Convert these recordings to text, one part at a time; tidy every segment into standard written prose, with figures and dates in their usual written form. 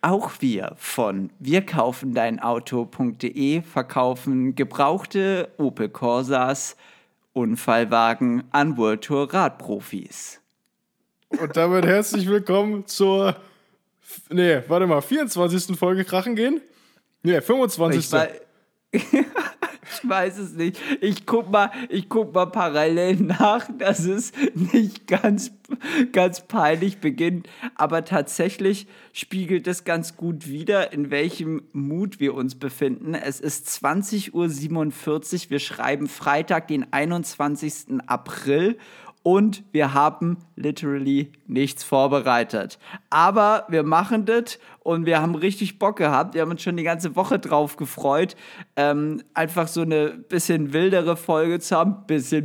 Auch wir von wirkaufendeinauto.de verkaufen gebrauchte Opel Corsas, Unfallwagen an World Tour Radprofis. Und damit herzlich willkommen zur 24. Folge Krachen gehen? 25. Ich weiß es nicht. Ich guck mal parallel nach, dass es nicht ganz peinlich beginnt. Aber tatsächlich spiegelt es ganz gut wider, in welchem Mut wir uns befinden. Es ist 20:47 Uhr. Wir schreiben Freitag, den 21. April. Und wir haben literally nichts vorbereitet. Aber wir machen das und wir haben richtig Bock gehabt. Wir haben uns schon die ganze Woche drauf gefreut, einfach so eine bisschen wildere Folge zu haben.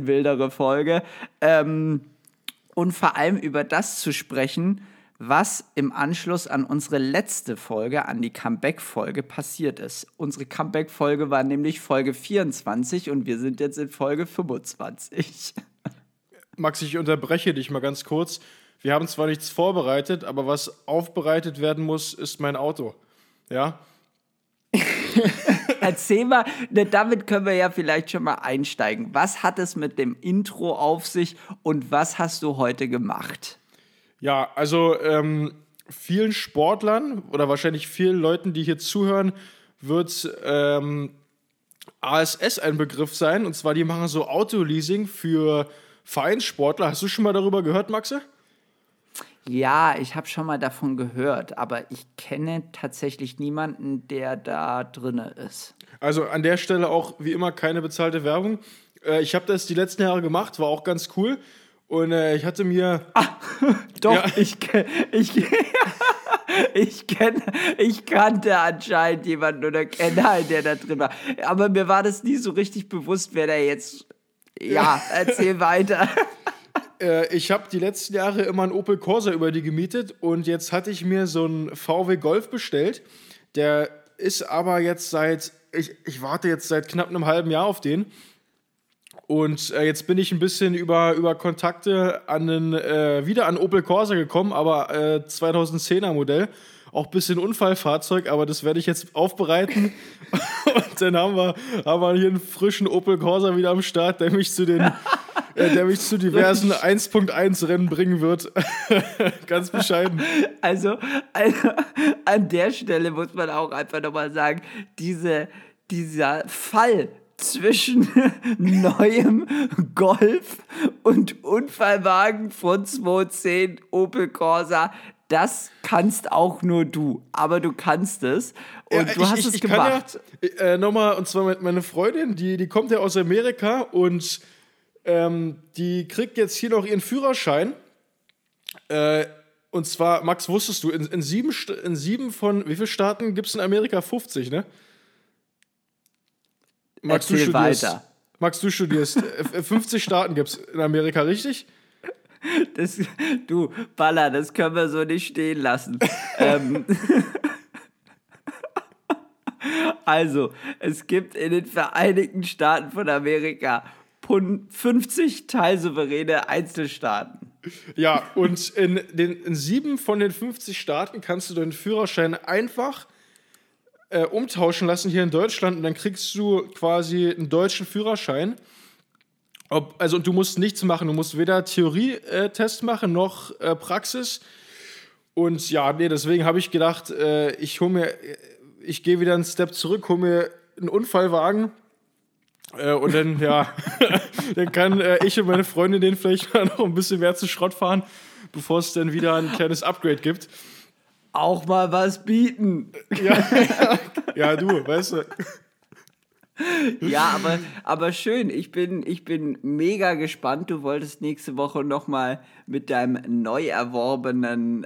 Und vor allem über das zu sprechen, was im Anschluss an unsere letzte Folge, an die Comeback-Folge passiert ist. Unsere Comeback-Folge war nämlich Folge 24 und wir sind jetzt in Folge 25. Max, ich unterbreche dich mal ganz kurz. Wir haben zwar nichts vorbereitet, aber was aufbereitet werden muss, ist mein Auto. Ja? Erzähl mal, damit können wir ja vielleicht schon mal einsteigen. Was hat es mit dem Intro auf sich und was hast du heute gemacht? Ja, also vielen Sportlern oder wahrscheinlich vielen Leuten, die hier zuhören, wird ASS ein Begriff sein. Und zwar, die machen so Autoleasing für Vereinssportler. Hast du schon mal darüber gehört, Maxe? Ja, ich habe schon mal davon gehört, aber ich kenne tatsächlich niemanden, der da drinne ist. Also an der Stelle auch wie immer keine bezahlte Werbung. Ich habe das die letzten Jahre gemacht, war auch ganz cool. Und ich hatte mir... Doch, ja. Ich kannte anscheinend jemanden oder kenne einen, der da drin war. Aber mir war das nie so richtig bewusst, wer da jetzt... Ja, erzähl weiter. Ich habe die letzten Jahre immer einen Opel Corsa über die gemietet und jetzt hatte ich mir so einen VW Golf bestellt. Der ist aber jetzt ich warte jetzt seit knapp einem halben Jahr auf den. Und jetzt bin ich ein bisschen über Kontakte wieder an Opel Corsa gekommen, aber 2010er Modell. Auch ein bisschen Unfallfahrzeug, aber das werde ich jetzt aufbereiten. Und dann haben wir hier einen frischen Opel Corsa wieder am Start, der mich zu diversen 1.1 Rennen bringen wird. Ganz bescheiden. Also an der Stelle muss man auch einfach nochmal sagen, dieser Fall zwischen neuem Golf und Unfallwagen von 2010 Opel Corsa, das kannst auch nur du, aber du kannst es und ja, du hast es gemacht. Nochmal, und zwar mit meiner Freundin, die kommt ja aus Amerika und die kriegt jetzt hier noch ihren Führerschein. Und zwar, Max, wusstest du, in 7 von, wie viele Staaten gibt es in Amerika? 50, ne? Max, Erzähl weiter. Max, du studierst. 50 Staaten gibt es in Amerika, richtig? Baller, das können wir so nicht stehen lassen. Also, es gibt in den Vereinigten Staaten von Amerika 50 teilsouveräne Einzelstaaten. Ja, und in 7 von den 50 Staaten kannst du deinen Führerschein einfach umtauschen lassen hier in Deutschland und dann kriegst du quasi einen deutschen Führerschein. Und du musst nichts machen, du musst weder Theorietest machen noch Praxis. Und ja, deswegen habe ich gedacht, ich gehe wieder einen Step zurück, hole mir einen Unfallwagen und dann, ja, dann kann ich und meine Freundin den vielleicht noch ein bisschen mehr zu Schrott fahren, bevor es dann wieder ein kleines Upgrade gibt. Auch mal was bieten. Ja, du, weißt du. Ja, aber schön. Ich bin mega gespannt. Du wolltest nächste Woche nochmal mit deinem neu erworbenen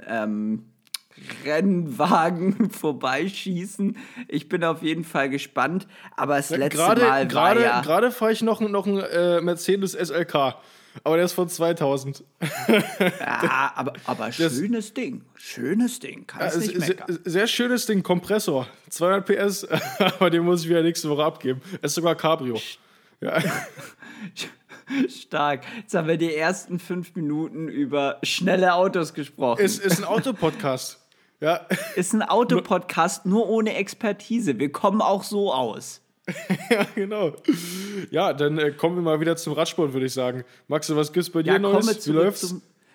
Rennwagen vorbeischießen. Ich bin auf jeden Fall gespannt. Aber das letzte Mal war ja... Gerade fahre ich noch einen Mercedes SLK. Aber der ist von 2000. Ja, aber schönes Ding. Schönes Ding. Kannst nicht meckern. Sehr schönes Ding. Kompressor. 200 PS. Aber den muss ich wieder nächste Woche abgeben. Es ist sogar Cabrio. Ja. Stark. Jetzt haben wir die ersten 5 Minuten über schnelle Autos gesprochen. Es ist ein Autopodcast. Ja. Ist ein Autopodcast, nur ohne Expertise. Wir kommen auch so aus. Ja, genau. Ja, dann kommen wir mal wieder zum Radsport, würde ich sagen. Max, was gibt's bei dir Neues? Wie läuft's?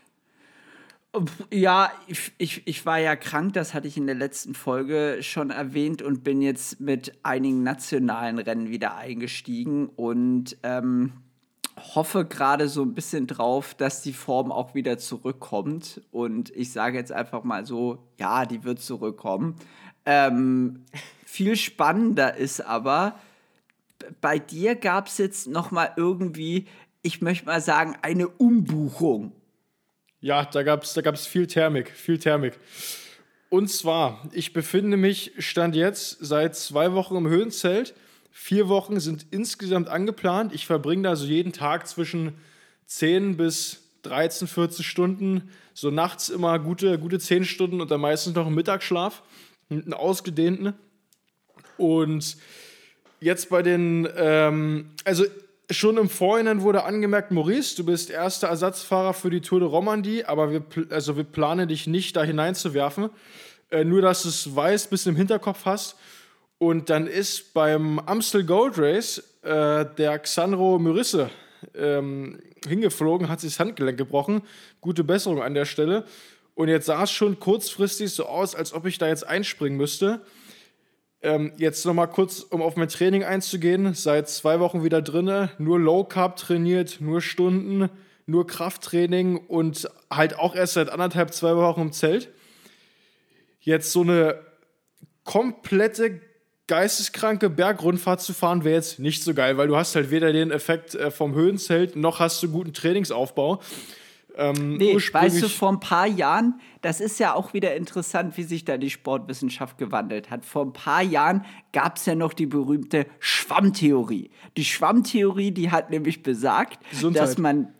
Ja, ich war ja krank, das hatte ich in der letzten Folge schon erwähnt und bin jetzt mit einigen nationalen Rennen wieder eingestiegen und hoffe gerade so ein bisschen drauf, dass die Form auch wieder zurückkommt. Und ich sage jetzt einfach mal so, ja, die wird zurückkommen. Viel spannender ist aber, bei dir gab es jetzt noch mal irgendwie, ich möchte mal sagen, eine Umbuchung. Ja, da gab's viel Thermik, viel Thermik. Und zwar, ich befinde mich, Stand jetzt, seit 2 Wochen im Höhenzelt. 4 Wochen sind insgesamt angeplant. Ich verbringe da so jeden Tag zwischen 10 bis 13, 14 Stunden. So nachts immer gute 10 Stunden und dann meistens noch einen Mittagsschlaf. Einen ausgedehnten. Und jetzt bei den, also schon im Vorhinein wurde angemerkt, Maurice, du bist erster Ersatzfahrer für die Tour de Romandie, aber wir planen dich nicht da hineinzuwerfen. Nur, dass du es weißt, bis im Hinterkopf hast. Und dann ist beim Amstel Gold Race der Xandro Mürisse hingeflogen, hat sich das Handgelenk gebrochen. Gute Besserung an der Stelle. Und jetzt sah es schon kurzfristig so aus, als ob ich da jetzt einspringen müsste. Jetzt nochmal kurz, um auf mein Training einzugehen. Seit 2 Wochen wieder drinne, nur Low Carb trainiert, nur Stunden, nur Krafttraining und halt auch erst seit 1,5, 2 Wochen im Zelt. Jetzt so eine komplette geisteskranke Bergrundfahrt zu fahren, wäre jetzt nicht so geil, weil du hast halt weder den Effekt vom Höhenzelt, noch hast du guten Trainingsaufbau. Nee, weißt du, vor ein paar Jahren, das ist ja auch wieder interessant, wie sich da die Sportwissenschaft gewandelt hat. Vor ein paar Jahren gab es ja noch die berühmte Schwammtheorie. Die Schwammtheorie, die hat nämlich besagt, dass man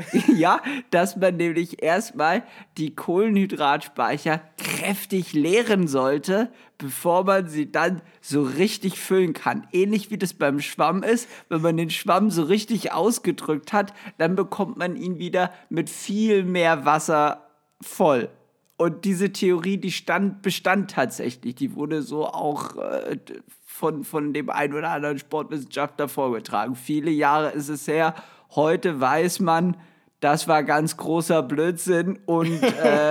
nämlich erstmal die Kohlenhydratspeicher kräftig leeren sollte, bevor man sie dann so richtig füllen kann. Ähnlich wie das beim Schwamm ist, wenn man den Schwamm so richtig ausgedrückt hat, dann bekommt man ihn wieder mit viel mehr Wasser voll. Und diese Theorie, die bestand tatsächlich. Die wurde so auch von dem einen oder anderen Sportwissenschaftler vorgetragen. Viele Jahre ist es her. Heute weiß man, das war ganz großer Blödsinn und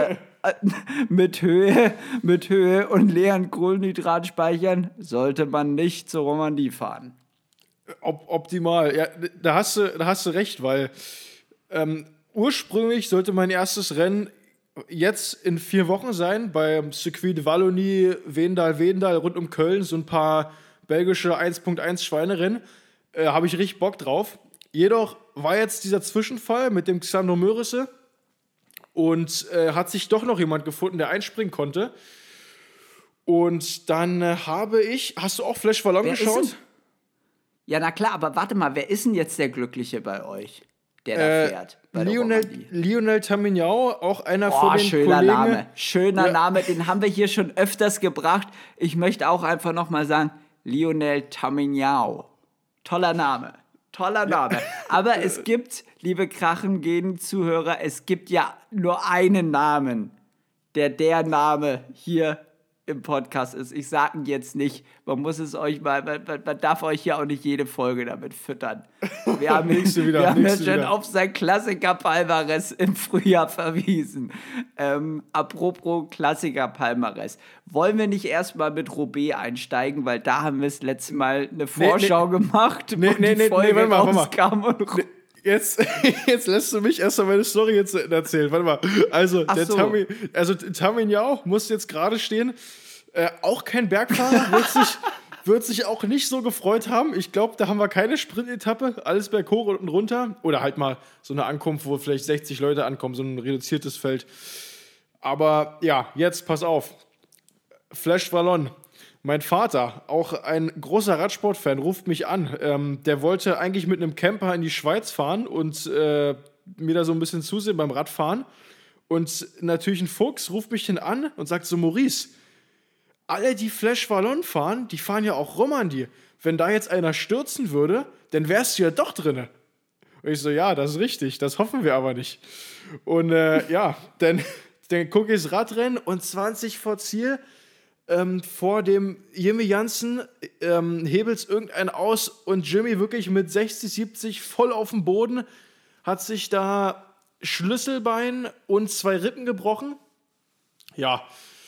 mit Höhe und leeren Kohlenhydratspeichern sollte man nicht zur Romandie fahren. Optimal. Ja, da hast du recht, weil ursprünglich sollte mein erstes Rennen jetzt in 4 Wochen sein, beim Circuit de Wallonie, Wendal, rund um Köln, so ein paar belgische 1.1 Schweinerennen. Habe ich richtig Bock drauf. Jedoch war jetzt dieser Zwischenfall mit dem Xandro Mürisse und hat sich doch noch jemand gefunden, der einspringen konnte. Und dann hast du auch Flash Wallon geschaut? Ja, na klar, aber warte mal, wer ist denn jetzt der Glückliche bei euch, der da fährt? Lionel Tamignau, auch einer von den schöner Kollegen. Name. Schöner Name, den haben wir hier schon öfters gebracht. Ich möchte auch einfach nochmal sagen, Lionel Tamignau. Toller Name. Aber es gibt, liebe Krachengehen-Zuhörer, es gibt ja nur einen Namen, der Name hier im Podcast ist. Ich sage ihn jetzt nicht. Man muss es euch mal, man darf euch ja auch nicht jede Folge damit füttern. Wir haben ja schon auf sein Klassiker-Palmares im Frühjahr verwiesen. Apropos Klassiker-Palmares. Wollen wir nicht erstmal mit Roubaix einsteigen, weil da haben wir das letzte Mal eine Vorschau gemacht, warte mal. Jetzt lässt du mich erstmal meine Story jetzt erzählen. Warte mal. Also, Tamignau muss jetzt gerade stehen. Auch kein Bergfahrer, wird sich auch nicht so gefreut haben. Ich glaube, da haben wir keine Sprintetappe. Alles berghoch und runter. Oder halt mal so eine Ankunft, wo vielleicht 60 Leute ankommen. So ein reduziertes Feld. Aber ja, jetzt pass auf. Flash Wallon. Mein Vater, auch ein großer Radsportfan, ruft mich an. Der wollte eigentlich mit einem Camper in die Schweiz fahren und mir da so ein bisschen zusehen beim Radfahren. Und natürlich ein Fuchs ruft mich dann an und sagt so, Maurice, alle, die Flash Wallon fahren, die fahren ja auch Romandie. Wenn da jetzt einer stürzen würde, dann wärst du ja doch drinne. Und ich so, ja, das ist richtig, das hoffen wir aber nicht. Und dann dann gucke ich das Radrennen und 20 vor Ziel, vor dem Jimmy Jansen hebelt's irgendeinen aus und Jimmy wirklich mit 60, 70 voll auf dem Boden, hat sich da Schlüsselbein und 2 Rippen gebrochen. Ja,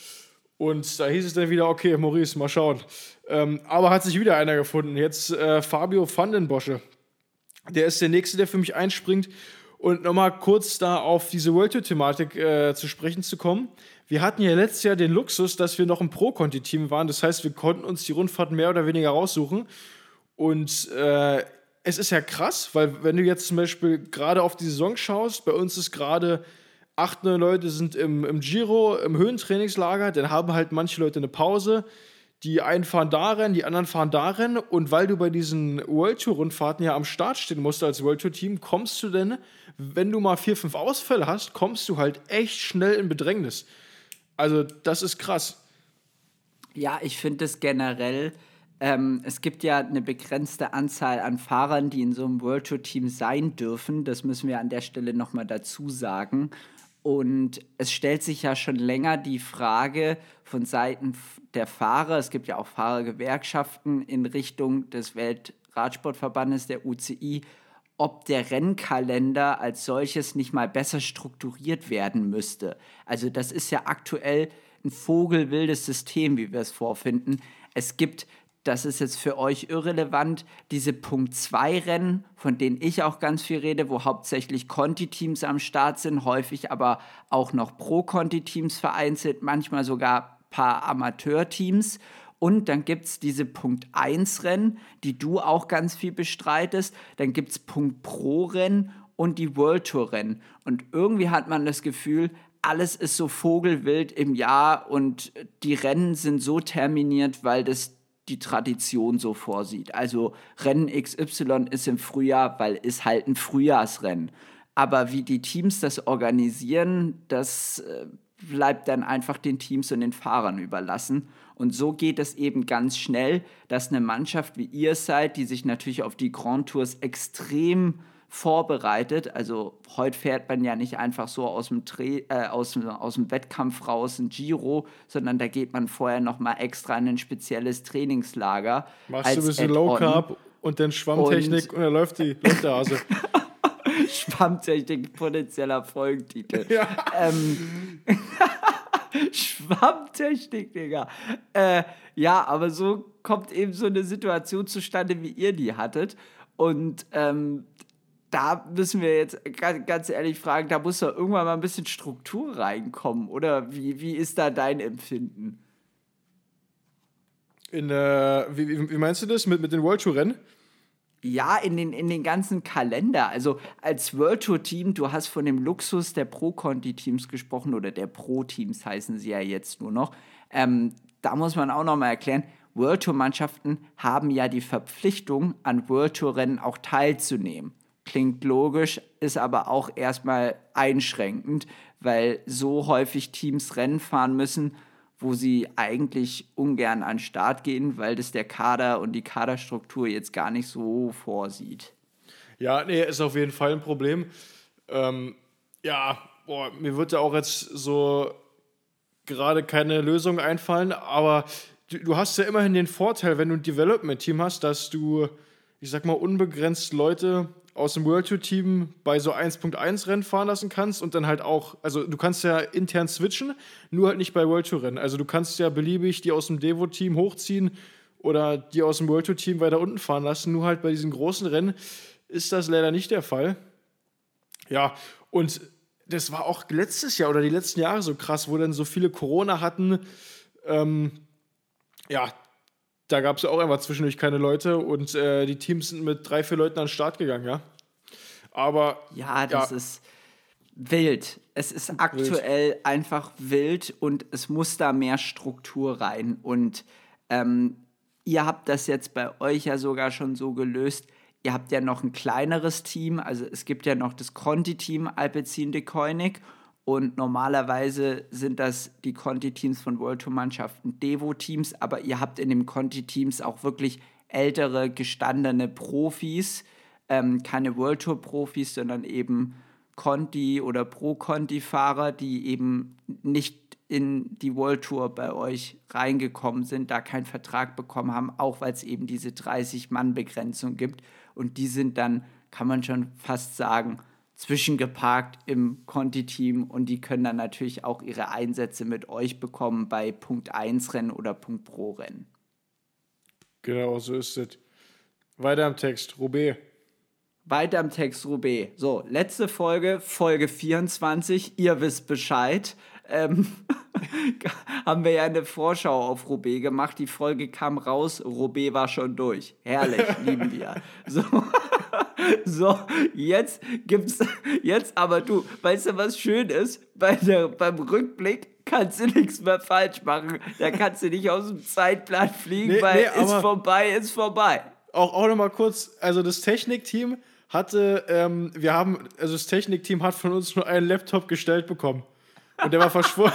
und da hieß es dann wieder, okay, Maurice, mal schauen. Aber hat sich wieder einer gefunden. Jetzt Fabio van den Bosche. Der ist der Nächste, der für mich einspringt. Und nochmal kurz da auf diese World Tour-Thematik zu sprechen zu kommen. Wir hatten ja letztes Jahr den Luxus, dass wir noch ein Pro-Conti-Team waren. Das heißt, wir konnten uns die Rundfahrt mehr oder weniger raussuchen. Und es ist ja krass, weil wenn du jetzt zum Beispiel gerade auf die Saison schaust, bei uns ist gerade 8, 9 Leute sind im Giro, im Höhentrainingslager, dann haben halt manche Leute eine Pause. Die einen fahren da Rennen, die anderen fahren da Rennen. Und weil du bei diesen World Tour Rundfahrten ja am Start stehen musst als World Tour Team, kommst du denn, wenn du mal 4, 5 Ausfälle hast, kommst du halt echt schnell in Bedrängnis. Also das ist krass. Ja, ich finde es generell, es gibt ja eine begrenzte Anzahl an Fahrern, die in so einem World Tour Team sein dürfen. Das müssen wir an der Stelle nochmal dazu sagen. Und es stellt sich ja schon länger die Frage von Seiten der Fahrer, es gibt ja auch Fahrergewerkschaften in Richtung des Weltradsportverbandes, der UCI, ob der Rennkalender als solches nicht mal besser strukturiert werden müsste. Also das ist ja aktuell ein vogelwildes System, wie wir es vorfinden. Es gibt, das ist jetzt für euch irrelevant, diese Punkt-2-Rennen, von denen ich auch ganz viel rede, wo hauptsächlich Conti-Teams am Start sind, häufig aber auch noch Pro-Conti-Teams vereinzelt, manchmal sogar ein paar Amateurteams. Und dann gibt es diese Punkt-1-Rennen, die du auch ganz viel bestreitest. Dann gibt es Punkt-Pro-Rennen und die World Tour-Rennen. Und irgendwie hat man das Gefühl, alles ist so vogelwild im Jahr und die Rennen sind so terminiert, weil das die Tradition so vorsieht. Also Rennen XY ist im Frühjahr, weil ist halt ein Frühjahrsrennen. Aber wie die Teams das organisieren, das bleibt dann einfach den Teams und den Fahrern überlassen. Und so geht es eben ganz schnell, dass eine Mannschaft wie ihr seid, die sich natürlich auf die Grand Tours extrem vorbereitet. Also heute fährt man ja nicht einfach so aus dem Wettkampf raus, ein Giro, sondern da geht man vorher nochmal extra in ein spezielles Trainingslager. Machst du ein bisschen Low Carb und dann Schwammtechnik und dann läuft der Hase. Schwammtechnik, potenzieller Folgentitel. Ja. Schwammtechnik, Digga. Ja, aber so kommt eben so eine Situation zustande, wie ihr die hattet. Und da müssen wir jetzt ganz ehrlich fragen, da muss doch irgendwann mal ein bisschen Struktur reinkommen, oder? Wie ist da dein Empfinden? Wie meinst du das mit den World Tour Rennen? Ja, in den ganzen Kalender. Also als World Tour Team, du hast von dem Luxus der Pro-Conti-Teams gesprochen, oder der Pro-Teams heißen sie ja jetzt nur noch. Da muss man auch noch mal erklären, World Tour Mannschaften haben ja die Verpflichtung, an World Tour Rennen auch teilzunehmen. Klingt logisch, ist aber auch erstmal einschränkend, weil so häufig Teams Rennen fahren müssen, wo sie eigentlich ungern an den Start gehen, weil das der Kader und die Kaderstruktur jetzt gar nicht so vorsieht. Ja, nee, ist auf jeden Fall ein Problem. Mir wird ja auch jetzt so gerade keine Lösung einfallen, aber du hast ja immerhin den Vorteil, wenn du ein Development-Team hast, dass du, ich sag mal, unbegrenzt Leute aus dem World Tour Team bei so 1.1 Rennen fahren lassen kannst und dann halt auch, also du kannst ja intern switchen, nur halt nicht bei World Tour Rennen. Also du kannst ja beliebig die aus dem Devo Team hochziehen oder die aus dem World Tour Team weiter unten fahren lassen. Nur halt bei diesen großen Rennen ist das leider nicht der Fall. Ja, und das war auch letztes Jahr oder die letzten Jahre so krass, wo dann so viele Corona hatten. Da gab es ja auch einfach zwischendurch keine Leute und die Teams sind mit 3, 4 Leuten an den Start gegangen, ja. Aber ja, das ist wild. Es ist aktuell einfach wild und es muss da mehr Struktur rein. Und ihr habt das jetzt bei euch ja sogar schon so gelöst. Ihr habt ja noch ein kleineres Team, also es gibt ja noch das Conti-Team Alpecin de Koenig. Und normalerweise sind das die Conti-Teams von World Tour-Mannschaften Devo-Teams, aber ihr habt in den Conti-Teams auch wirklich ältere, gestandene Profis, keine World Tour-Profis, sondern eben Conti- oder Pro-Conti-Fahrer, die eben nicht in die World Tour bei euch reingekommen sind, da keinen Vertrag bekommen haben, auch weil es eben diese 30-Mann-Begrenzung gibt. Und die sind dann, kann man schon fast sagen, zwischengeparkt im Conti-Team und die können dann natürlich auch ihre Einsätze mit euch bekommen bei Punkt 1-Rennen oder Punkt Pro-Rennen. Genau, so ist es. Weiter am Text, Roubaix. Weiter am Text, Roubaix. So, letzte Folge, Folge 24, ihr wisst Bescheid. Haben wir ja eine Vorschau auf Roubaix gemacht. Die Folge kam raus, Roubaix war schon durch. Herrlich, lieben wir. So, jetzt aber du, weißt du, was schön ist? Beim Rückblick kannst du nichts mehr falsch machen. Da kannst du nicht aus dem Zeitplan fliegen, weil ist vorbei. Auch noch mal kurz, also das Technikteam hatte, das Technikteam hat von uns nur einen Laptop gestellt bekommen. Und der war verschwunden.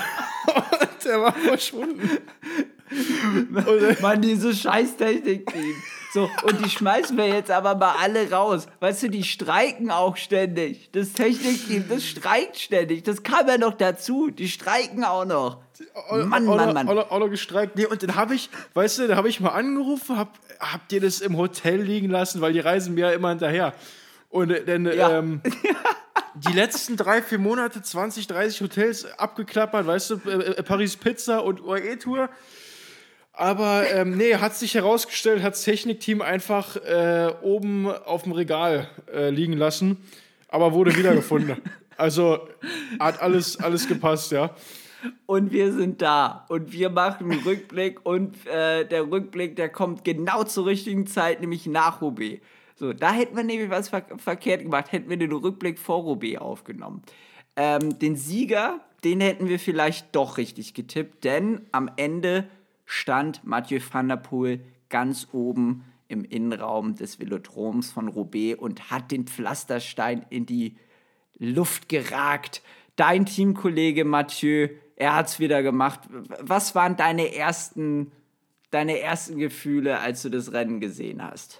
Mann, dieses scheiß Technikteam. So, und die schmeißen wir jetzt aber mal alle raus. Weißt du, die streiken auch ständig. Das Technikteam, das streikt ständig. Das kam ja noch dazu. Die streiken auch noch. Mann. Auch noch gestreikt. Nee, und dann habe ich mal angerufen, habt ihr das im Hotel liegen lassen, weil die reisen mir ja immer hinterher. Und dann, die letzten 3-4 Monate 20, 30 Hotels abgeklappert, weißt du, Paris Pizza und UAE-Tour. Aber hat sich herausgestellt, hat das Technikteam einfach oben auf dem Regal liegen lassen, aber wurde wiedergefunden. Also hat alles gepasst, ja. Und wir sind da und wir machen einen Rückblick und der Rückblick, der kommt genau zur richtigen Zeit, nämlich nach Roubaix. So, da hätten wir nämlich was verkehrt gemacht, hätten wir den Rückblick vor Roubaix aufgenommen. Den Sieger, den hätten wir vielleicht doch richtig getippt, denn am Ende stand Mathieu van der Poel ganz oben im Innenraum des Velodroms von Roubaix und hat den Pflasterstein in die Luft geragt. Dein Teamkollege Mathieu, er hat's wieder gemacht. Was waren deine ersten Gefühle, als du das Rennen gesehen hast?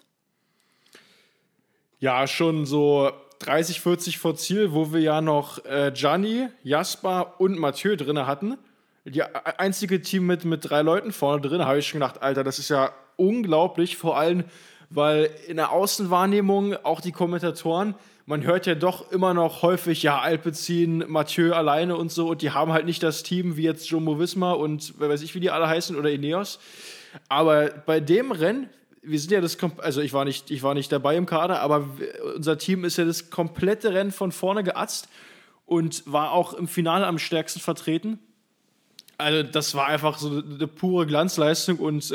Ja, schon so 30, 40 vor Ziel, wo wir ja noch Gianni, Jasper und Mathieu drin hatten. Die einzige Team mit 3 Leuten vorne drin, habe ich schon gedacht, Alter, das ist ja unglaublich, vor allem, weil in der Außenwahrnehmung auch die Kommentatoren, man hört ja doch immer noch häufig, ja, Alpecin, Mathieu alleine und so, und die haben halt nicht das Team wie jetzt Jumbo-Visma und wer weiß ich, wie die alle heißen, oder Ineos. Aber bei dem Rennen, wir sind ja also ich war nicht dabei im Kader, aber unser Team ist ja das komplette Rennen von vorne geatzt und war auch im Finale am stärksten vertreten. Also das war einfach so eine pure Glanzleistung und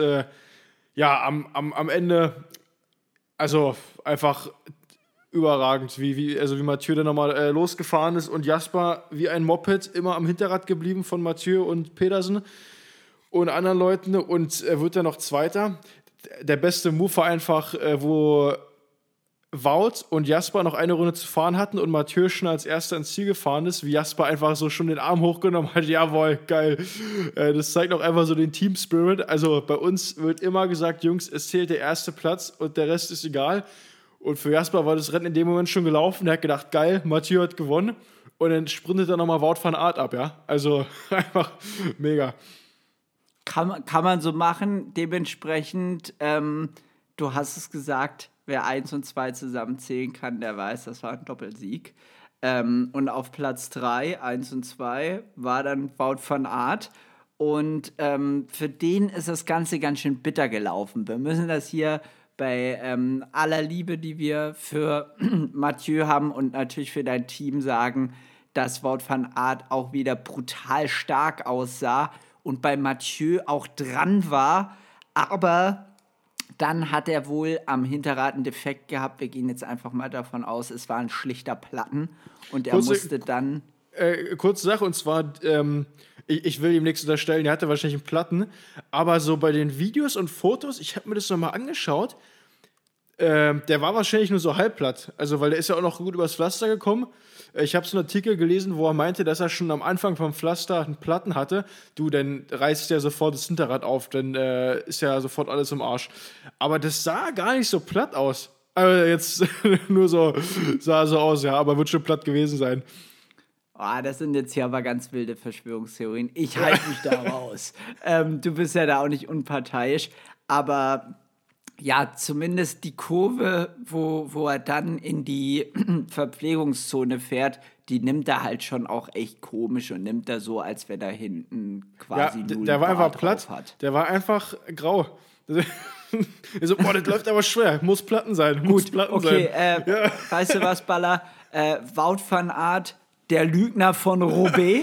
am Ende, also einfach überragend, wie Mathieu dann nochmal losgefahren ist und Jasper wie ein Moped immer am Hinterrad geblieben von Mathieu und Pedersen und anderen Leuten und er wird dann noch Zweiter. Der beste Move war einfach, wo Wout und Jasper noch eine Runde zu fahren hatten und Mathieu schon als Erster ins Ziel gefahren ist, wie Jasper einfach so schon den Arm hochgenommen hat, jawohl, geil. Das zeigt auch einfach so den Team-Spirit. Also bei uns wird immer gesagt, Jungs, es zählt der erste Platz und der Rest ist egal. Und für Jasper war das Rennen in dem Moment schon gelaufen. Er hat gedacht, geil, Mathieu hat gewonnen. Und dann sprintet er nochmal Wout van Aert ab, ja. Also einfach mega. Kann man so machen. Dementsprechend, du hast es gesagt, wer 1 und 2 zusammenzählen kann, der weiß, das war ein Doppelsieg. Und auf Platz 3, 1 und 2, war dann Wout van Aert. Und für den ist das Ganze ganz schön bitter gelaufen. Wir müssen das hier bei aller Liebe, die wir für Mathieu haben und natürlich für dein Team sagen, dass Wout van Aert auch wieder brutal stark aussah und bei Mathieu auch dran war, aber dann hat er wohl am Hinterrad einen Defekt gehabt. Wir gehen jetzt einfach mal davon aus, es war ein schlichter Platten und er musste dann... Kurze Sache, und zwar, ich will ihm nichts unterstellen, er hatte wahrscheinlich einen Platten, aber so bei den Videos und Fotos, ich habe mir das nochmal angeschaut, der war wahrscheinlich nur so halbplatt, also weil der ist ja auch noch gut übers Pflaster gekommen. Ich habe so einen Artikel gelesen, wo er meinte, dass er schon am Anfang vom Pflaster einen Platten hatte. Du, dann reißt der sofort das Hinterrad auf, dann ist ja sofort alles im Arsch. Aber das sah gar nicht so platt aus. Also jetzt nur so, sah so aus, ja, aber wird schon platt gewesen sein. Oh, das sind jetzt hier aber ganz wilde Verschwörungstheorien. Ich halte mich da raus. Du bist ja da auch nicht unparteiisch. Aber ja, zumindest die Kurve, wo er dann in die Verpflegungszone fährt, die nimmt er halt schon auch echt komisch und nimmt er so, als wenn er hinten quasi Ja, null der war Bar einfach drauf platt. hat. Der war einfach grau. So, boah, das läuft aber schwer. Muss Platten sein. Muss Platten Okay, sein. weißt du was, Baller? Wout van Aert, der Lügner von Roubaix.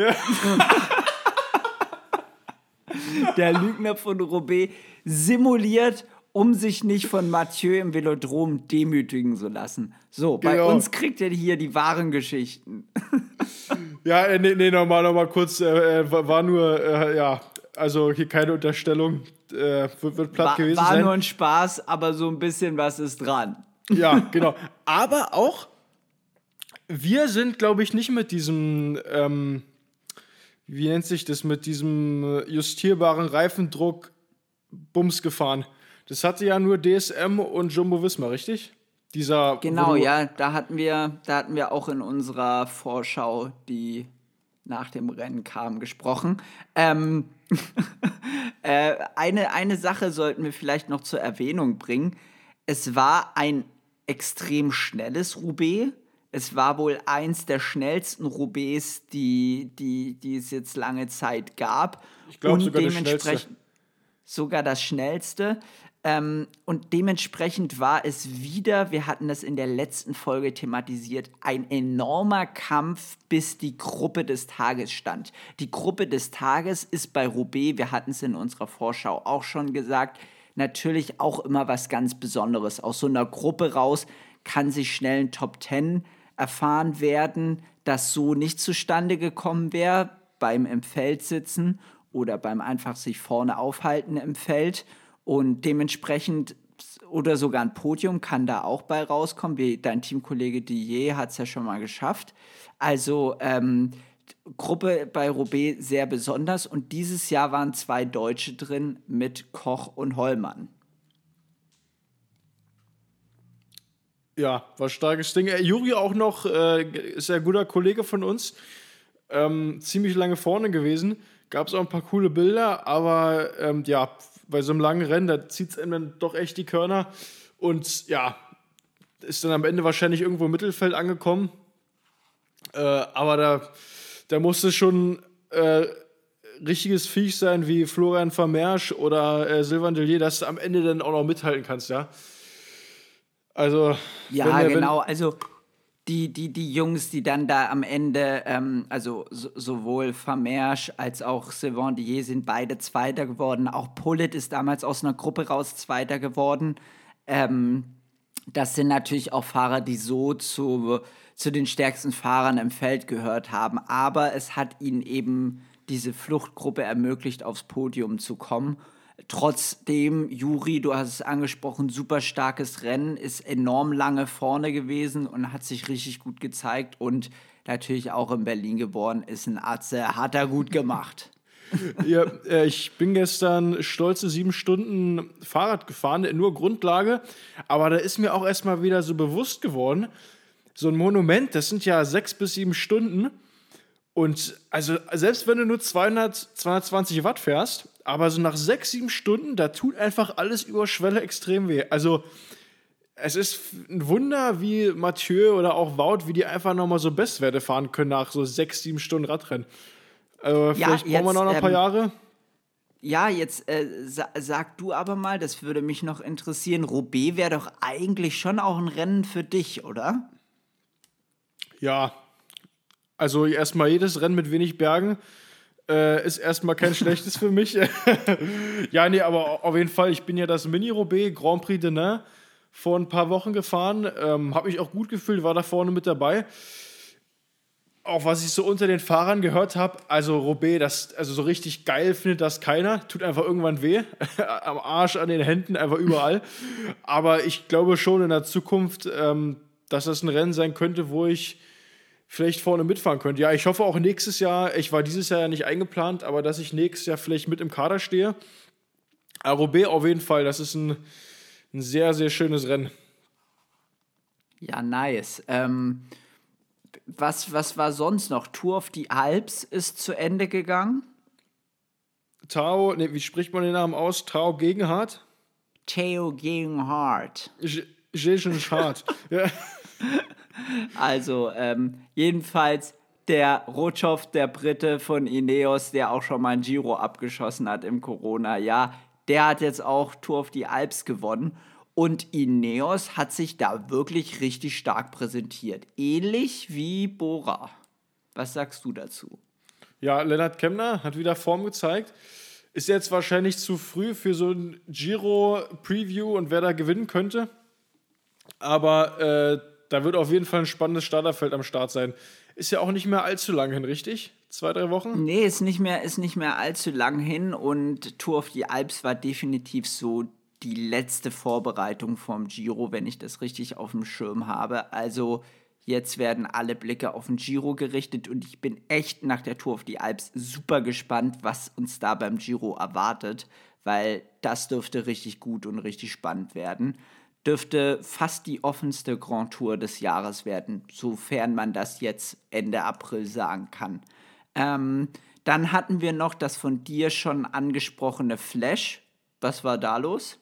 Der Lügner von Roubaix simuliert, um sich nicht von Mathieu im Velodrom demütigen zu lassen. So, bei Genau. uns kriegt er hier die wahren Geschichten. Ja, nee, nochmal kurz. War nur, ja, also hier keine Unterstellung. Wird platt gewesen War sein. nur ein Spaß, aber so ein bisschen was ist dran. Ja, genau. Aber auch, wir sind, glaube ich, nicht mit diesem, wie nennt sich das, mit diesem justierbaren Reifendruck Bums gefahren. Das hatte ja nur DSM und Jumbo-Visma, richtig? Dieser, Genau, ja, da hatten wir auch in unserer Vorschau, die nach dem Rennen kam, gesprochen. Eine Sache sollten wir vielleicht noch zur Erwähnung bringen. Es war ein extrem schnelles Roubaix. Es war wohl eins der schnellsten Roubaix, die es jetzt lange Zeit gab. Ich glaube Und sogar das dementsprechend Schnellste. sogar das Schnellste. Und dementsprechend war es wieder, wir hatten das in der letzten Folge thematisiert, ein enormer Kampf, bis die Gruppe des Tages stand. Die Gruppe des Tages ist bei Roubaix, wir hatten es in unserer Vorschau auch schon gesagt, natürlich auch immer was ganz Besonderes. Aus so einer Gruppe raus kann sich schnell ein Top 10 erfahren werden, das so nicht zustande gekommen wäre beim im Feld sitzen oder beim einfach sich vorne aufhalten im Feld. Und dementsprechend, oder sogar ein Podium kann da auch bei rauskommen, wie dein Teamkollege Dier hat es ja schon mal geschafft. Also Gruppe bei Roubaix sehr besonders. Und dieses Jahr waren 2 Deutsche drin mit Koch und Hollmann. Ja, war ein starkes Ding. Juri auch noch, ist ja ein guter Kollege von uns, ziemlich lange vorne gewesen. Gab es auch ein paar coole Bilder, aber ja, bei so einem langen Rennen, da zieht es einem dann doch echt die Körner. Und ja, ist dann am Ende wahrscheinlich irgendwo im Mittelfeld angekommen. Aber da musste schon richtiges Viech sein, wie Florian Vermeersch oder Sylvain Dellier, dass du am Ende dann auch noch mithalten kannst, ja. Also, Ja, genau. Also die Jungs, die dann da am Ende, sowohl Vermeersch als auch Sylvain Dellier sind beide Zweiter geworden. Auch Pullet ist damals aus einer Gruppe raus Zweiter geworden. Das sind natürlich auch Fahrer, die so zu den stärksten Fahrern im Feld gehört haben. Aber es hat ihnen eben diese Fluchtgruppe ermöglicht, aufs Podium zu kommen. Trotzdem, Juri, du hast es angesprochen, super starkes Rennen, ist enorm lange vorne gewesen und hat sich richtig gut gezeigt und natürlich auch in Berlin geboren, ist ein Atze, hat er gut gemacht. Ja, ich bin gestern stolze 7 Stunden Fahrrad gefahren, nur Grundlage, aber da ist mir auch erstmal wieder so bewusst geworden, so ein Monument, das sind ja 6 bis 7 Stunden und also selbst wenn du nur 220 Watt fährst, aber so nach 6, 7 Stunden, da tut einfach alles über Schwelle extrem weh. Also es ist ein Wunder, wie Mathieu oder auch Wout, wie die einfach nochmal so Bestwerte fahren können nach so 6, 7 Stunden Radrennen. Also vielleicht brauchen wir noch ein paar Jahre. Ja, jetzt sag du aber mal, das würde mich noch interessieren, Roubaix wäre doch eigentlich schon auch ein Rennen für dich, oder? Ja, also erstmal jedes Rennen mit wenig Bergen ist erstmal kein schlechtes für mich. Ja, nee, aber auf jeden Fall, ich bin ja das Mini-Roubaix Grand Prix de Nain vor ein paar Wochen gefahren. Habe mich auch gut gefühlt, war da vorne mit dabei. Auch was ich so unter den Fahrern gehört habe, also Roubaix, also so richtig geil findet das keiner. Tut einfach irgendwann weh. Am Arsch, an den Händen, einfach überall. Aber ich glaube schon in der Zukunft, dass das ein Rennen sein könnte, wo ich vielleicht vorne mitfahren könnte. Ja, ich hoffe auch nächstes Jahr, ich war dieses Jahr ja nicht eingeplant, aber dass ich nächstes Jahr vielleicht mit im Kader stehe. Roubaix auf jeden Fall, das ist ein sehr, sehr schönes Rennen. Ja, nice. Was war sonst noch? Tour of the Alps ist zu Ende gegangen. Wie spricht man den Namen aus? Tao Gegenhardt? Theo Gegenhardt. Gegenhardt. Ja. Also, jedenfalls der Rotschov, der Brite von Ineos, der auch schon mal ein Giro abgeschossen hat im Corona-Jahr, der hat jetzt auch Tour of the Alps gewonnen. Und Ineos hat sich da wirklich richtig stark präsentiert. Ähnlich wie Bora. Was sagst du dazu? Ja, Lennart Kemner hat wieder Form gezeigt. Ist jetzt wahrscheinlich zu früh für so ein Giro-Preview und wer da gewinnen könnte. Aber da wird auf jeden Fall ein spannendes Starterfeld am Start sein. Ist ja auch nicht mehr allzu lang hin, richtig? 2-3 Wochen? Nee, ist nicht mehr allzu lang hin. Und Tour of the Alps war definitiv so die letzte Vorbereitung vom Giro, wenn ich das richtig auf dem Schirm habe. Also jetzt werden alle Blicke auf den Giro gerichtet und ich bin echt nach der Tour of the Alps super gespannt, was uns da beim Giro erwartet, weil das dürfte richtig gut und richtig spannend werden. Dürfte fast die offenste Grand Tour des Jahres werden, sofern man das jetzt Ende April sagen kann. Dann hatten wir noch das von dir schon angesprochene Flash. Was war da los?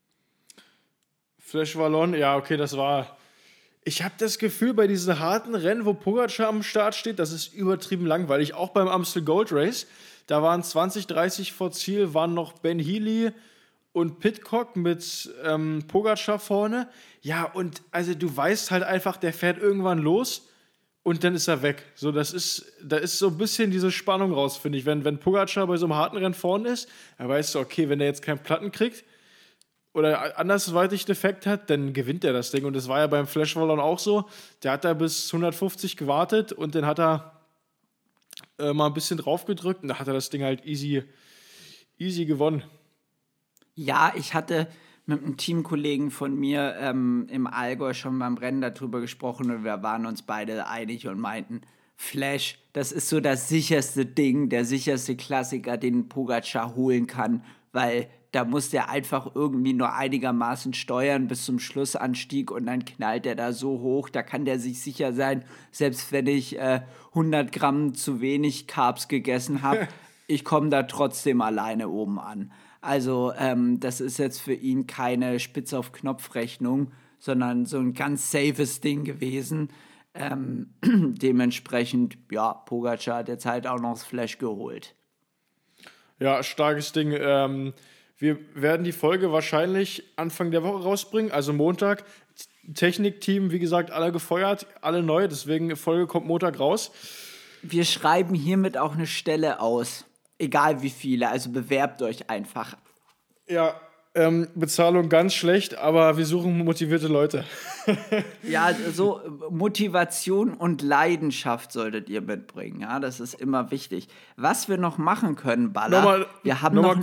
Flash Wallon, ja, okay, das war... Ich habe das Gefühl, bei diesen harten Rennen, wo Pogacar am Start steht, das ist übertrieben langweilig. Auch beim Amstel Gold Race, da waren 20, 30 vor Ziel, waren noch Ben Healy und Pidcock mit Pogacar vorne. Ja, und also du weißt halt einfach, der fährt irgendwann los und dann ist er weg. So, da ist so ein bisschen diese Spannung raus, finde ich. Wenn Pogacar bei so einem harten Rennen vorne ist, dann weißt du, okay, wenn er jetzt keinen Platten kriegt, oder andersweitig Defekt hat, dann gewinnt er das Ding. Und das war ja beim Flash Wallon auch so. Der hat da bis 150 gewartet und dann hat er mal ein bisschen draufgedrückt und da hat er das Ding halt easy gewonnen. Ja, ich hatte mit einem Teamkollegen von mir im Allgäu schon beim Rennen darüber gesprochen und wir waren uns beide einig und meinten, Flash, das ist so das sicherste Ding, der sicherste Klassiker, den Pogacar holen kann, weil da muss der einfach irgendwie nur einigermaßen steuern bis zum Schlussanstieg und dann knallt der da so hoch, da kann der sich sicher sein, selbst wenn ich 100 Gramm zu wenig Carbs gegessen habe, ich komme da trotzdem alleine oben an. Also das ist jetzt für ihn keine Spitz-auf-Knopf-Rechnung, sondern so ein ganz safes Ding gewesen. Dementsprechend, ja, Pogacar hat jetzt halt auch noch das Flash geholt. Ja, starkes Ding. Wir werden die Folge wahrscheinlich Anfang der Woche rausbringen, also Montag. Technikteam, wie gesagt, alle gefeuert, alle neu, deswegen Folge kommt Montag raus. Wir schreiben hiermit auch eine Stelle aus, egal wie viele, also bewerbt euch einfach. Ja, Bezahlung ganz schlecht, aber wir suchen motivierte Leute. Ja, so Motivation und Leidenschaft solltet ihr mitbringen, ja, das ist immer wichtig. Was wir noch machen können, Baller, wir haben noch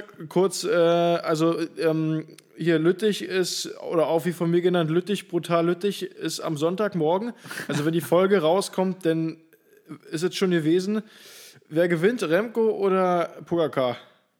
hier Lüttich ist, oder auch wie von mir genannt, Brutal Lüttich ist am Sonntagmorgen. Also wenn die Folge rauskommt, dann ist es schon gewesen. Wer gewinnt, Remco oder Pogacar?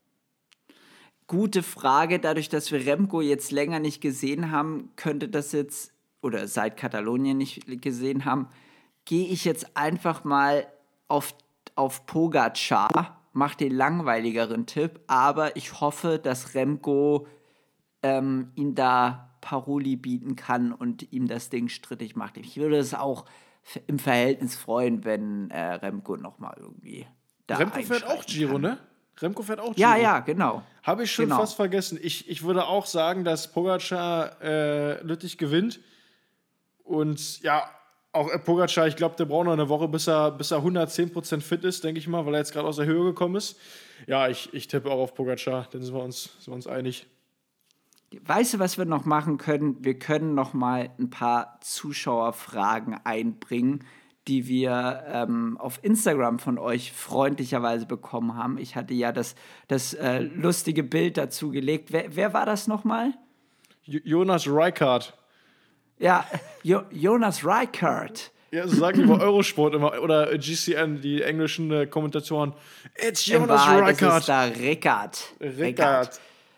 Gute Frage. Dadurch, dass wir Remco jetzt länger nicht gesehen haben, könnte das jetzt, oder seit Katalonien nicht gesehen haben, gehe ich jetzt einfach mal auf Pogacar, mach den langweiligeren Tipp, aber ich hoffe, dass Remco ihm da Paroli bieten kann und ihm das Ding strittig macht. Ich würde es auch im Verhältnis freuen, wenn Remco nochmal irgendwie da Remco fährt auch Giro, kann. ne? Remco fährt auch Giro. Ja, genau. Habe ich schon fast vergessen. Ich würde auch sagen, dass Pogacar Lüttich gewinnt. Und ja, auch Pogacar, ich glaube, der braucht noch eine Woche, bis er 110% fit ist, denke ich mal, weil er jetzt gerade aus der Höhe gekommen ist. Ja, ich tippe auch auf Pogacar, dann sind wir uns einig. Weißt du, was wir noch machen können? Wir können noch mal ein paar Zuschauerfragen einbringen, die wir auf Instagram von euch freundlicherweise bekommen haben. Ich hatte ja das lustige Bild dazu gelegt. Wer war das nochmal? Jonas Reichardt. Ja, Jonas Reichardt. Ja, so sagen die bei Eurosport immer, oder GCN, die englischen Kommentatoren. It's Jonas Reichardt. Das ist da Rickard.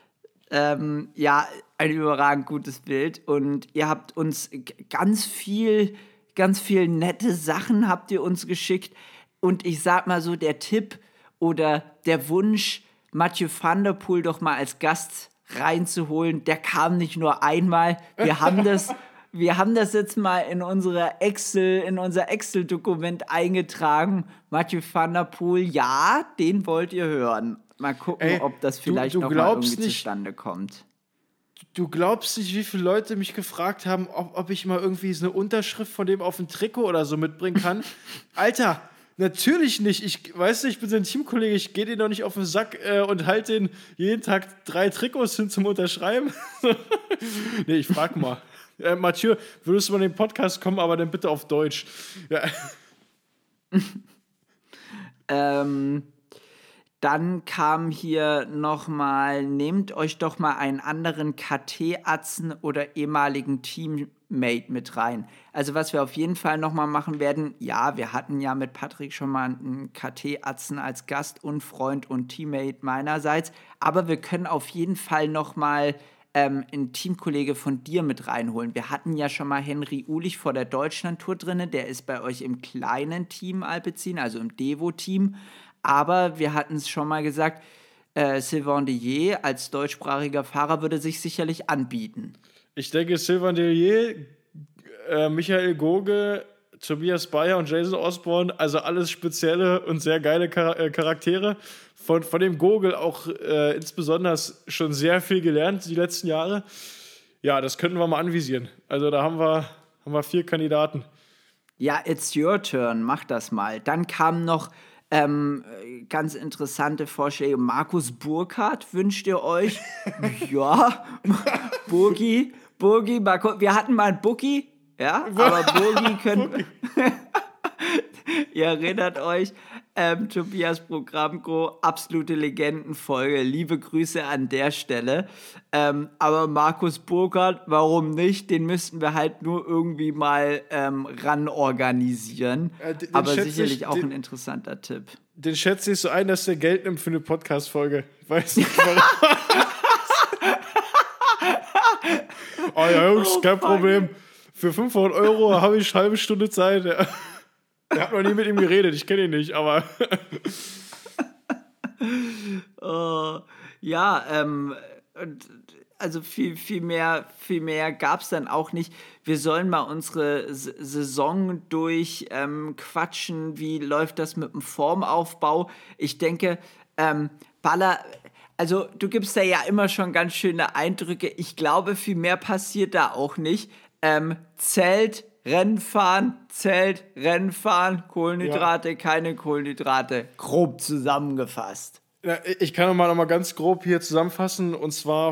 Ja, ein überragend gutes Bild. Und ihr habt uns ganz viel nette Sachen habt ihr uns geschickt. Und ich sag mal so, der Tipp oder der Wunsch, Mathieu van der Poel doch mal als Gast reinzuholen, der kam nicht nur einmal. Wir haben das jetzt mal in unser Excel-Dokument eingetragen. Mathieu van der Poel, ja, den wollt ihr hören. Mal gucken, ob das vielleicht noch mal irgendwie zustande kommt. Du glaubst nicht, wie viele Leute mich gefragt haben, ob ich mal irgendwie so eine Unterschrift von dem auf ein Trikot oder so mitbringen kann. Alter, natürlich nicht. Ich weiß nicht, ich bin sein Teamkollege, ich gehe den doch nicht auf den Sack und halte den jeden Tag 3 Trikots hin zum Unterschreiben. Nee, ich frag mal. Mathieu, würdest du mal in den Podcast kommen, aber dann bitte auf Deutsch. Ja. Dann kam hier nochmal, nehmt euch doch mal einen anderen KT-Atzen oder ehemaligen Teammate mit rein. Also was wir auf jeden Fall nochmal machen werden, ja, wir hatten ja mit Patrick schon mal einen KT-Atzen als Gast und Freund und Teammate meinerseits, aber wir können auf jeden Fall nochmal einen Teamkollege von dir mit reinholen. Wir hatten ja schon mal Henry Ulich vor der Deutschlandtour drin, der ist bei euch im kleinen Team Alpecin, also im Devo-Team. Aber wir hatten es schon mal gesagt, Sylvain Dillier als deutschsprachiger Fahrer würde sich sicherlich anbieten. Ich denke, Sylvain Dillier, Michael Goge, Tobias Bayer und Jason Osborne, also alles spezielle und sehr geile Charaktere. Von dem Gogel auch insbesondere schon sehr viel gelernt die letzten Jahre. Ja, das könnten wir mal anvisieren. Also da haben wir 4 Kandidaten. Ja, it's your turn, mach das mal. Dann kamen noch ganz interessante Vorschläge. Markus Burkhardt wünscht ihr euch? Ja, Burgi, wir hatten mal einen Boogie, ja, aber Burgi können... Ihr erinnert euch, Tobias Programmco, absolute Legendenfolge, liebe Grüße an der Stelle. Aber Markus Burkhardt, warum nicht? Den müssten wir halt nur irgendwie mal ran organisieren. Aber sicherlich auch ein interessanter Tipp. Den schätze ich so ein, dass der Geld nimmt für eine Podcast-Folge. Ich weiß nicht warum. Oh ja, Jungs, kein Problem. Für 500 € habe ich eine halbe Stunde Zeit. Ja. Ich habe noch nie mit ihm geredet, ich kenne ihn nicht, aber... Also viel mehr gab es dann auch nicht. Wir sollen mal unsere Saison durchquatschen. Wie läuft das mit dem Formaufbau? Ich denke, Baller, also du gibst da ja immer schon ganz schöne Eindrücke. Ich glaube, viel mehr passiert da auch nicht. Zelt, Rennen fahren, Kohlenhydrate, keine Kohlenhydrate. Grob zusammengefasst. Ja, ich kann noch mal ganz grob hier zusammenfassen. Und zwar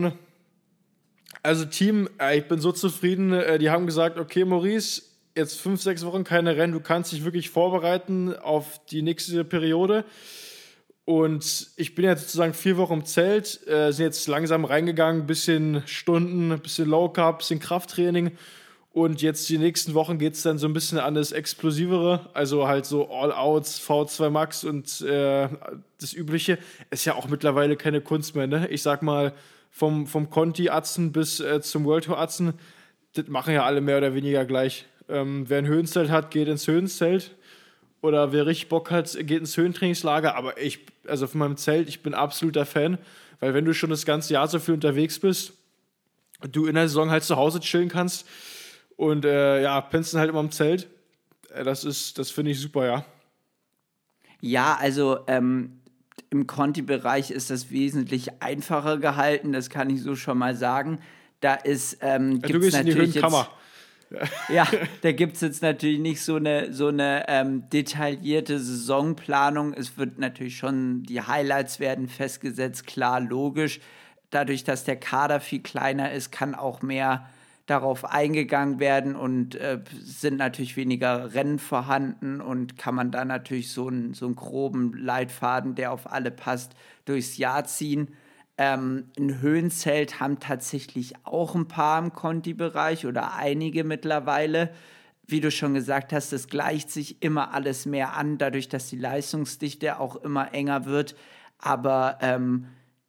also Team, ich bin so zufrieden, die haben gesagt, okay Maurice, jetzt 5-6 Wochen keine Rennen, du kannst dich wirklich vorbereiten auf die nächste Periode. Und ich bin jetzt sozusagen 4 Wochen im Zelt, sind jetzt langsam reingegangen, bisschen Stunden, bisschen Low Carb, bisschen Krafttraining. Und jetzt die nächsten Wochen geht es dann so ein bisschen an das Explosivere, also halt so All-Outs, V2 Max und das Übliche. Ist ja auch mittlerweile keine Kunst mehr, ne? Ich sag mal, vom Conti-Atzen bis zum World Tour-Atzen, das machen ja alle mehr oder weniger gleich. Wer ein Höhenzelt hat, geht ins Höhenzelt. Oder wer richtig Bock hat, geht ins Höhentrainingslager. Aber also von meinem Zelt, ich bin absoluter Fan, weil wenn du schon das ganze Jahr so viel unterwegs bist, du in der Saison halt zu Hause chillen kannst, und pennst halt immer im Zelt. Das finde ich super, ja. Ja, also im Conti-Bereich ist das wesentlich einfacher gehalten, das kann ich so schon mal sagen. Da ist du gehst in die Höhenkammer. Ja, da gibt es jetzt natürlich nicht so eine detaillierte Saisonplanung. Es wird natürlich schon, die Highlights werden festgesetzt, klar, logisch. Dadurch, dass der Kader viel kleiner ist, kann auch mehr darauf eingegangen werden und sind natürlich weniger Rennen vorhanden und kann man da natürlich so einen groben Leitfaden, der auf alle passt, durchs Jahr ziehen. Ein Höhenzelt haben tatsächlich auch ein paar im Conti-Bereich oder einige mittlerweile. Wie du schon gesagt hast, das gleicht sich immer alles mehr an, dadurch, dass die Leistungsdichte auch immer enger wird. Aber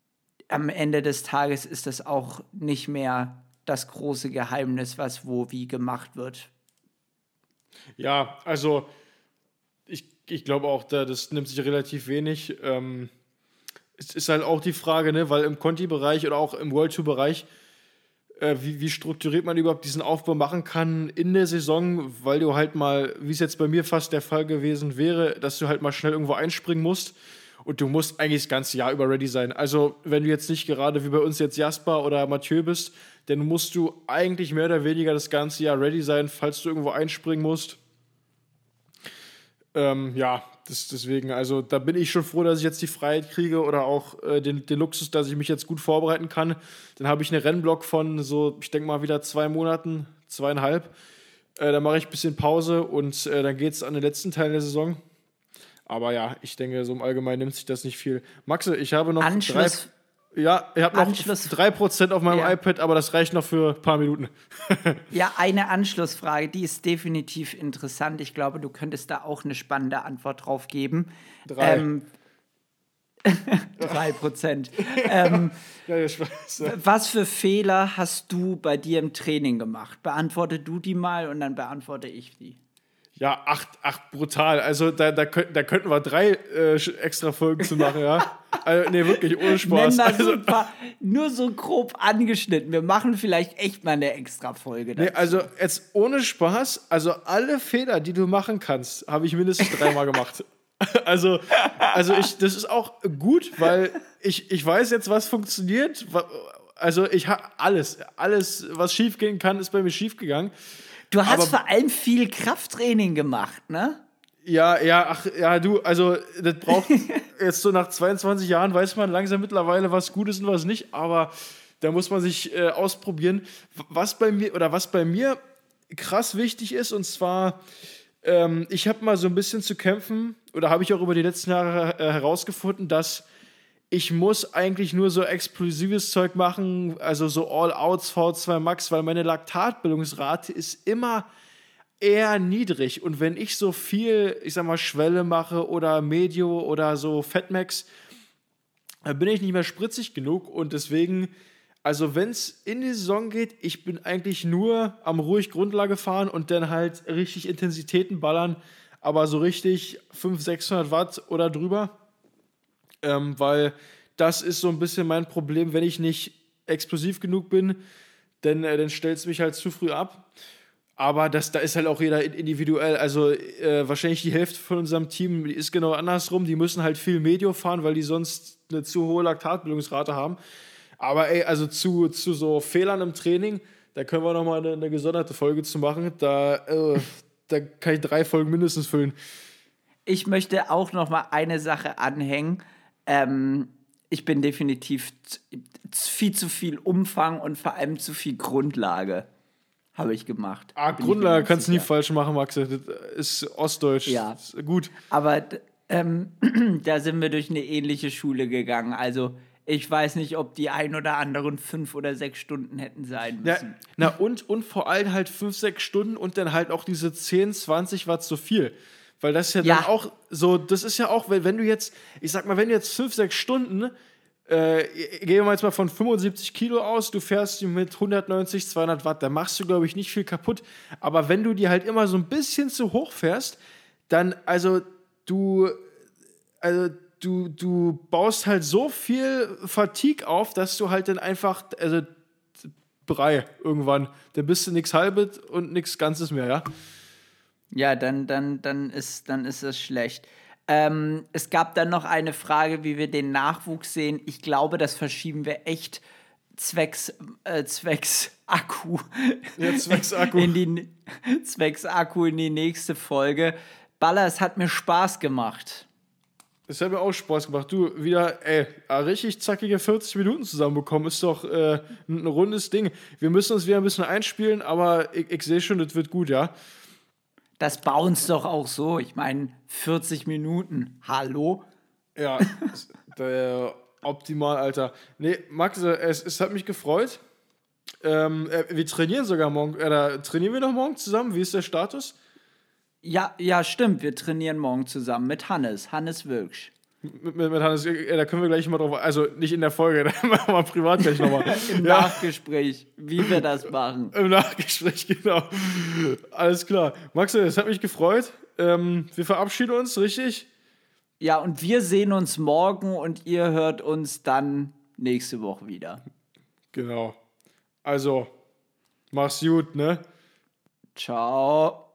am Ende des Tages ist das auch nicht mehr das große Geheimnis, was wo wie gemacht wird. Ja, also ich glaube auch, das nimmt sich relativ wenig. Es ist halt auch die Frage, ne, weil im Conti-Bereich oder auch im World Tour-Bereich, wie strukturiert man überhaupt diesen Aufbau machen kann in der Saison, weil du halt mal, wie es jetzt bei mir fast der Fall gewesen wäre, dass du halt mal schnell irgendwo einspringen musst und du musst eigentlich das ganze Jahr über ready sein. Also wenn du jetzt nicht gerade wie bei uns jetzt Jasper oder Mathieu bist, dann musst du eigentlich mehr oder weniger das ganze Jahr ready sein, falls du irgendwo einspringen musst. Ja, deswegen, also da bin ich schon froh, dass ich jetzt die Freiheit kriege oder auch den Luxus, dass ich mich jetzt gut vorbereiten kann. Dann habe ich einen Rennblock von so, ich denke mal wieder 2 Monaten, 2,5. Dann mache ich ein bisschen Pause und dann geht es an den letzten Teil der Saison. Aber ja, ich denke, so im Allgemeinen nimmt sich das nicht viel. Maxe, ich habe noch Anschluss. ich habe noch 3% auf meinem iPad, aber das reicht noch für ein paar Minuten. Ja, eine Anschlussfrage, die ist definitiv interessant. Ich glaube, du könntest da auch eine spannende Antwort drauf geben. 3%. Was für Fehler hast du bei dir im Training gemacht? Beantworte du die mal und dann beantworte ich die. Ja, 8 brutal. Also da könnten wir 3 extra Folgen zu machen, ja. Also, nee, wirklich, ohne Spaß. Also, ein paar, nur so grob angeschnitten. Wir machen vielleicht echt mal eine extra Folge dazu. Nee, also jetzt ohne Spaß, also alle Fehler, die du machen kannst, habe ich mindestens 3-mal gemacht. Also das ist auch gut, weil ich weiß jetzt, was funktioniert. Also ich habe alles, was schief gehen kann, ist bei mir schief gegangen. Du hast vor allem viel Krafttraining gemacht, ne? Ja, du, also das braucht jetzt so nach 22 Jahren weiß man langsam mittlerweile, was gut ist und was nicht, aber da muss man sich ausprobieren. Was bei mir krass wichtig ist, und zwar, ich habe mal so ein bisschen zu kämpfen, oder habe ich auch über die letzten Jahre herausgefunden, dass ich muss eigentlich nur so explosives Zeug machen, also so All-Outs, V2 Max, weil meine Laktatbildungsrate ist immer eher niedrig. Und wenn ich so viel, ich sag mal, Schwelle mache oder Medio oder so Fatmax, dann bin ich nicht mehr spritzig genug. Und deswegen, also wenn es in die Saison geht, ich bin eigentlich nur am ruhig Grundlage fahren und dann halt richtig Intensitäten ballern, aber so richtig 500-600 Watt oder drüber. Weil das ist so ein bisschen mein Problem, wenn ich nicht explosiv genug bin, dann stellt es mich halt zu früh ab. Aber da ist halt auch jeder individuell. Also wahrscheinlich die Hälfte von unserem Team ist genau andersrum. Die müssen halt viel Medio fahren, weil die sonst eine zu hohe Laktatbildungsrate haben. Aber also zu so Fehlern im Training, da können wir nochmal eine gesonderte Folge zu machen. Da kann ich 3 Folgen mindestens füllen. Ich möchte auch nochmal eine Sache anhängen. Ich bin definitiv viel zu viel Umfang und vor allem zu viel Grundlage habe ich gemacht. Grundlage kannst du nie falsch machen, Max. Das ist Ostdeutsch. Ja. Das ist gut. Aber da sind wir durch eine ähnliche Schule gegangen. Also ich weiß nicht, ob die ein oder anderen 5 oder 6 Stunden hätten sein müssen. Ja, und vor allem halt 5, 6 Stunden und dann halt auch diese 10, 20 Watt zu viel. Weil das ist ja dann auch so, das ist ja auch, wenn du jetzt, ich sag mal, wenn du jetzt 5, 6 Stunden, gehen wir jetzt mal von 75 Kilo aus, du fährst mit 190, 200 Watt, da machst du, glaube ich, nicht viel kaputt. Aber wenn du die halt immer so ein bisschen zu hoch fährst, dann, du baust halt so viel Fatigue auf, dass du halt dann einfach, Brei irgendwann, dann bist du nichts Halbes und nichts Ganzes mehr, ja? Ja, dann ist das schlecht. Es gab dann noch eine Frage, wie wir den Nachwuchs sehen. Ich glaube, das verschieben wir echt zwecks Akku. Ja, zwecks Akku. Zwecks Akku in die nächste Folge. Baller, es hat mir Spaß gemacht. Es hat mir auch Spaß gemacht. Du, wieder, richtig zackige 40 Minuten zusammenbekommen. Ist doch ein rundes Ding. Wir müssen uns wieder ein bisschen einspielen, aber ich sehe schon, das wird gut, ja? Das bounce doch auch so. Ich meine, 40 Minuten. Hallo? Ja, optimal, Alter. Nee, Max, es hat mich gefreut. Wir trainieren sogar morgen. Trainieren wir noch morgen zusammen? Wie ist der Status? Ja, stimmt. Wir trainieren morgen zusammen mit Hannes Wilksch. Mit Hannes, da können wir gleich mal drauf, also nicht in der Folge, da machen wir privat gleich nochmal. Im Nachgespräch, wie wir das machen. Im Nachgespräch, genau. Alles klar. Max, es hat mich gefreut. Wir verabschieden uns, richtig? Ja, und wir sehen uns morgen und ihr hört uns dann nächste Woche wieder. Genau. Also, mach's gut, ne? Ciao.